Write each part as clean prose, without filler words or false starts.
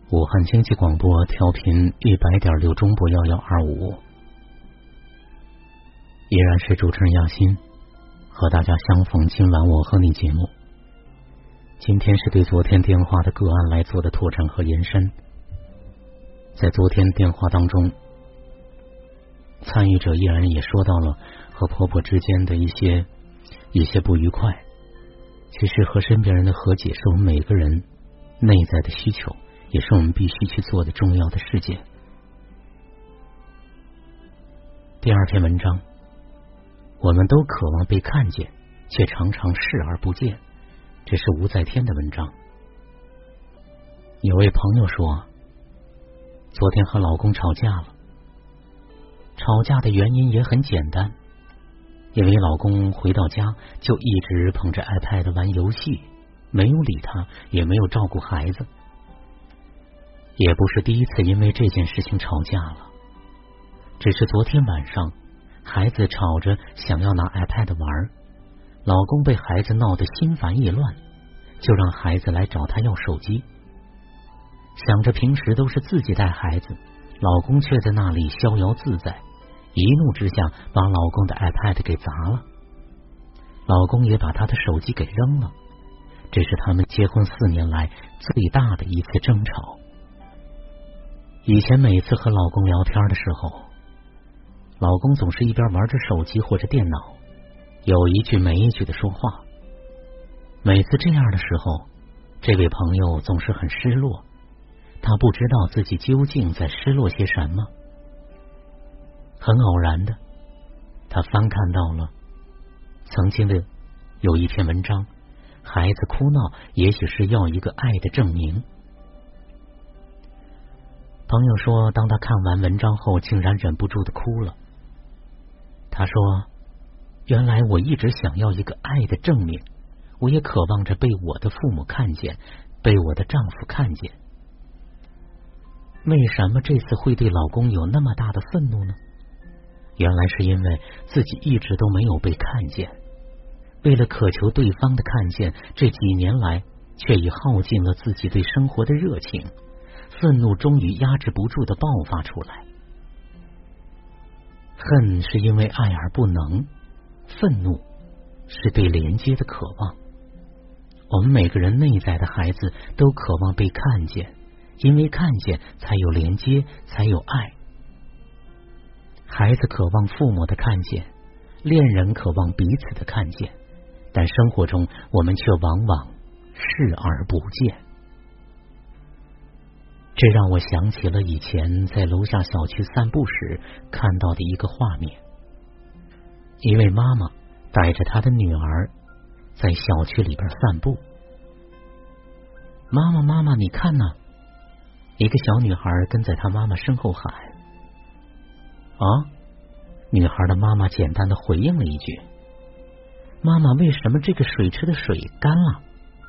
武汉经济广播调频100.6中波1125，依然是主持人亚欣，和大家相逢今晚我和你节目。今天是对昨天电话的个案来做的拓展和延伸。在昨天电话当中，参与者依然也说到了和婆婆之间的一些不愉快。其实和身边人的和解是我们每个人内在的需求，也是我们必须去做的重要的事件。第二篇文章，我们都渴望被看见，却常常视而不见。这是吴在天的文章。有位朋友说，昨天和老公吵架了，吵架的原因也很简单，因为老公回到家就一直捧着 iPad 玩游戏，没有理他，也没有照顾孩子。也不是第一次因为这件事情吵架了，只是昨天晚上孩子吵着想要拿 iPad 玩，老公被孩子闹得心烦意乱，就让孩子来找他要手机。想着平时都是自己带孩子，老公却在那里逍遥自在，一怒之下把老公的 iPad 给砸了，老公也把他的手机给扔了。这是他们结婚4年来最大的一次争吵。以前每次和老公聊天的时候，老公总是一边玩着手机或者电脑，有一句没一句的说话。每次这样的时候，这位朋友总是很失落，他不知道自己究竟在失落些什么。很偶然的，他翻看到了曾经的有一篇文章，孩子哭闹也许是要一个爱的证明。朋友说，当他看完文章后竟然忍不住的哭了。他说，原来我一直想要一个爱的证明，我也渴望着被我的父母看见，被我的丈夫看见。为什么这次会对老公有那么大的愤怒呢？原来是因为自己一直都没有被看见，为了渴求对方的看见，这几年来却已耗尽了自己对生活的热情，愤怒终于压制不住的爆发出来。恨是因为爱而不能，愤怒是对连接的渴望。我们每个人内在的孩子都渴望被看见，因为看见才有连接，才有爱。孩子渴望父母的看见，恋人渴望彼此的看见，但生活中我们却往往视而不见。这让我想起了以前在楼下小区散步时看到的一个画面。一位妈妈带着她的女儿在小区里边散步。妈妈妈妈，你看呐！一个小女孩跟在她妈妈身后喊。啊！女孩的妈妈简单的回应了一句，妈妈，为什么这个水池的水干了？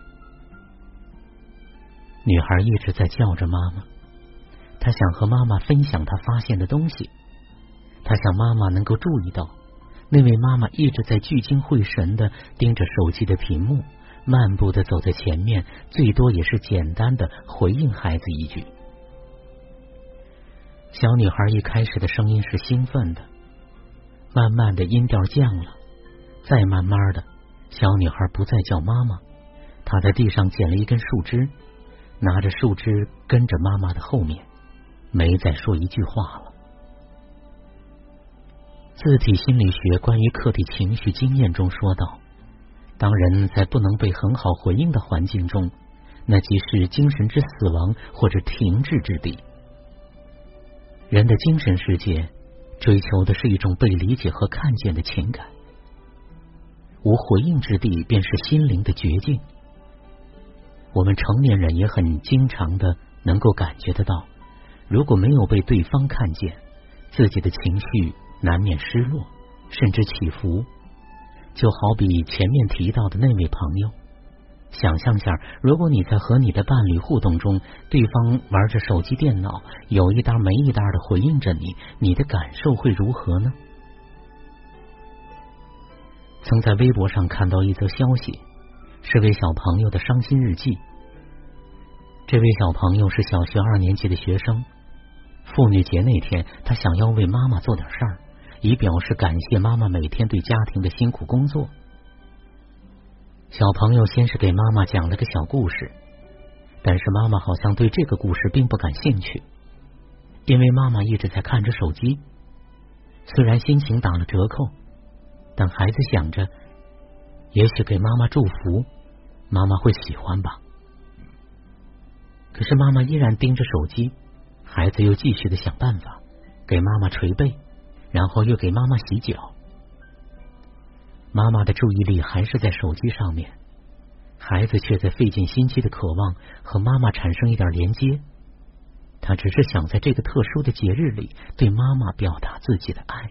女孩一直在叫着妈妈，她想和妈妈分享她发现的东西，她想妈妈能够注意到，那位妈妈一直在聚精会神的盯着手机的屏幕，漫步的走在前面，最多也是简单的回应孩子一句。小女孩一开始的声音是兴奋的，慢慢的音调降了，再慢慢的，小女孩不再叫妈妈，她在地上捡了一根树枝，拿着树枝跟着妈妈的后面，没再说一句话了。自体心理学关于客体情绪经验中说道，当人在不能被很好回应的环境中，那即是精神之死亡或者停滞之地。人的精神世界追求的是一种被理解和看见的情感，无回应之地便是心灵的绝境。我们成年人也很经常的能够感觉得到，如果没有被对方看见，自己的情绪难免失落，甚至起伏。就好比前面提到的那位朋友，想象下，如果你在和你的伴侣互动中，对方玩着手机电脑，有一搭没一搭的回应着你，你的感受会如何呢？曾在微博上看到一则消息，是位小朋友的伤心日记。 这位小朋友是小学2年级的学生，妇女节那天，他想要为妈妈做点事儿，以表示感谢妈妈每天对家庭的辛苦工作。小朋友先是给妈妈讲了个小故事，但是妈妈好像对这个故事并不感兴趣，因为妈妈一直在看着手机。虽然心情打了折扣，但孩子想着，也许给妈妈祝福，妈妈会喜欢吧。可是妈妈依然盯着手机，孩子又继续的想办法给妈妈捶背，然后又给妈妈洗脚。妈妈的注意力还是在手机上面，孩子却在费尽心机的渴望和妈妈产生一点连接。他只是想在这个特殊的节日里对妈妈表达自己的爱。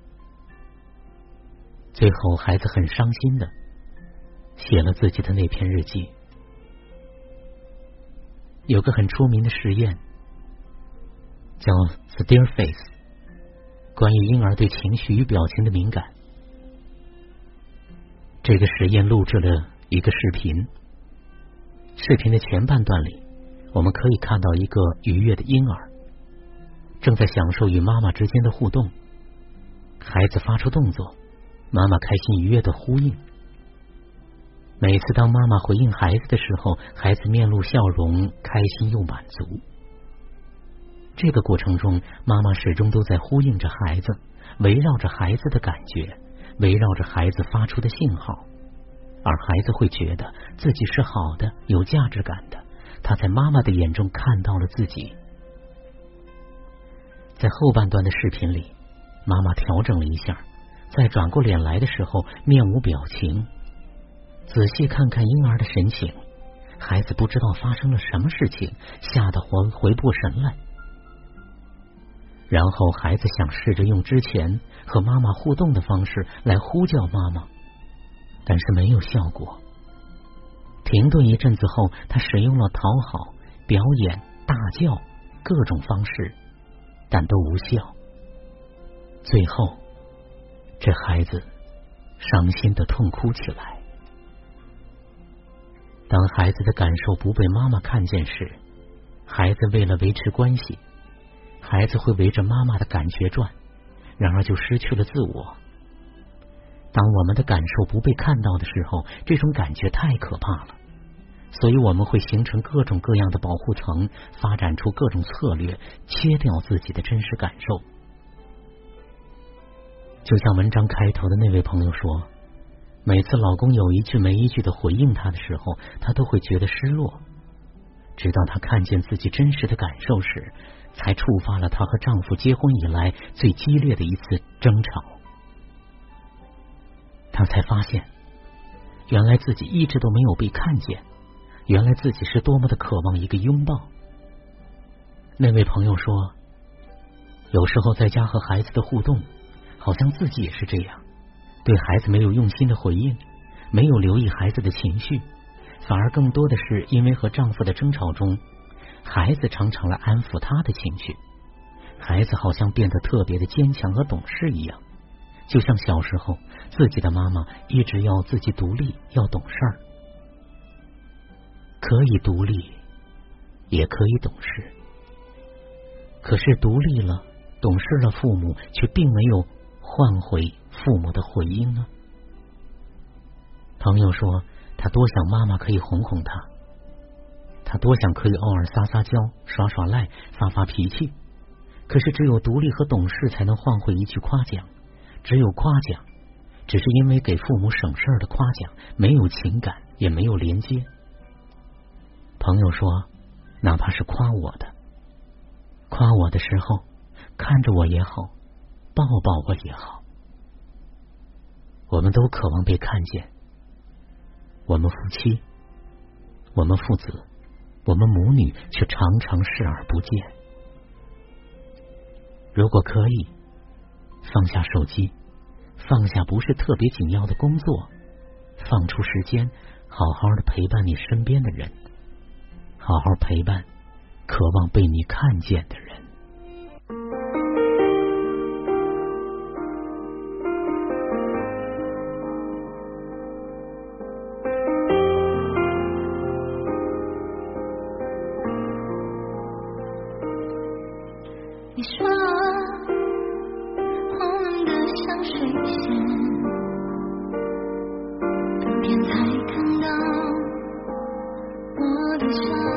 最后孩子很伤心的写了自己的那篇日记。有个很出名的实验叫 Stare Face， 关于婴儿对情绪与表情的敏感。这个实验录制了一个视频，视频的前半段里，我们可以看到一个愉悦的婴儿正在享受与妈妈之间的互动，孩子发出动作，妈妈开心愉悦的呼应。每次当妈妈回应孩子的时候，孩子面露笑容，开心又满足。这个过程中，妈妈始终都在呼应着孩子，围绕着孩子的感觉，围绕着孩子发出的信号，而孩子会觉得自己是好的，有价值感的，他在妈妈的眼中看到了自己。在后半段的视频里，妈妈调整了一下，在转过脸来的时候面无表情。仔细看看婴儿的神情，孩子不知道发生了什么事情，吓得回不过神来。然后孩子想试着用之前和妈妈互动的方式来呼叫妈妈，但是没有效果。停顿一阵子后，他使用了讨好、表演、大叫各种方式，但都无效。最后，这孩子伤心的痛哭起来。当孩子的感受不被妈妈看见时，孩子为了维持关系，孩子会围着妈妈的感觉转，然而就失去了自我。当我们的感受不被看到的时候，这种感觉太可怕了，所以我们会形成各种各样的保护层，发展出各种策略，切掉自己的真实感受。就像文章开头的那位朋友说，每次老公有一句没一句的回应她的时候，她都会觉得失落，直到她看见自己真实的感受时，才触发了她和丈夫结婚以来最激烈的一次争吵。她才发现，原来自己一直都没有被看见，原来自己是多么的渴望一个拥抱。那位朋友说，有时候在家和孩子的互动，好像自己也是这样，对孩子没有用心的回应，没有留意孩子的情绪，反而更多的是因为和丈夫的争吵中，孩子常常来安抚他的情绪，孩子好像变得特别的坚强和懂事一样，就像小时候自己的妈妈一直要自己独立，要懂事儿。可以独立，也可以懂事，可是独立了，懂事了，父母却并没有换回父母的回应啊。朋友说，他多想妈妈可以哄哄他，他多想可以偶尔撒撒娇，耍耍赖，发发脾气，可是只有独立和懂事才能换回一句夸奖，只有夸奖，只是因为给父母省事儿的夸奖，没有情感，也没有连接。朋友说，哪怕是夸我的时候，看着我也好，抱抱我也好。我们都渴望被看见，我们夫妻，我们父子，我们母女，却常常视而不见。如果可以，放下手机，放下不是特别紧要的工作，放出时间，好好的陪伴你身边的人，好好陪伴渴望被你看见的人。 你说我们的像水仙，等天才看到我的笑。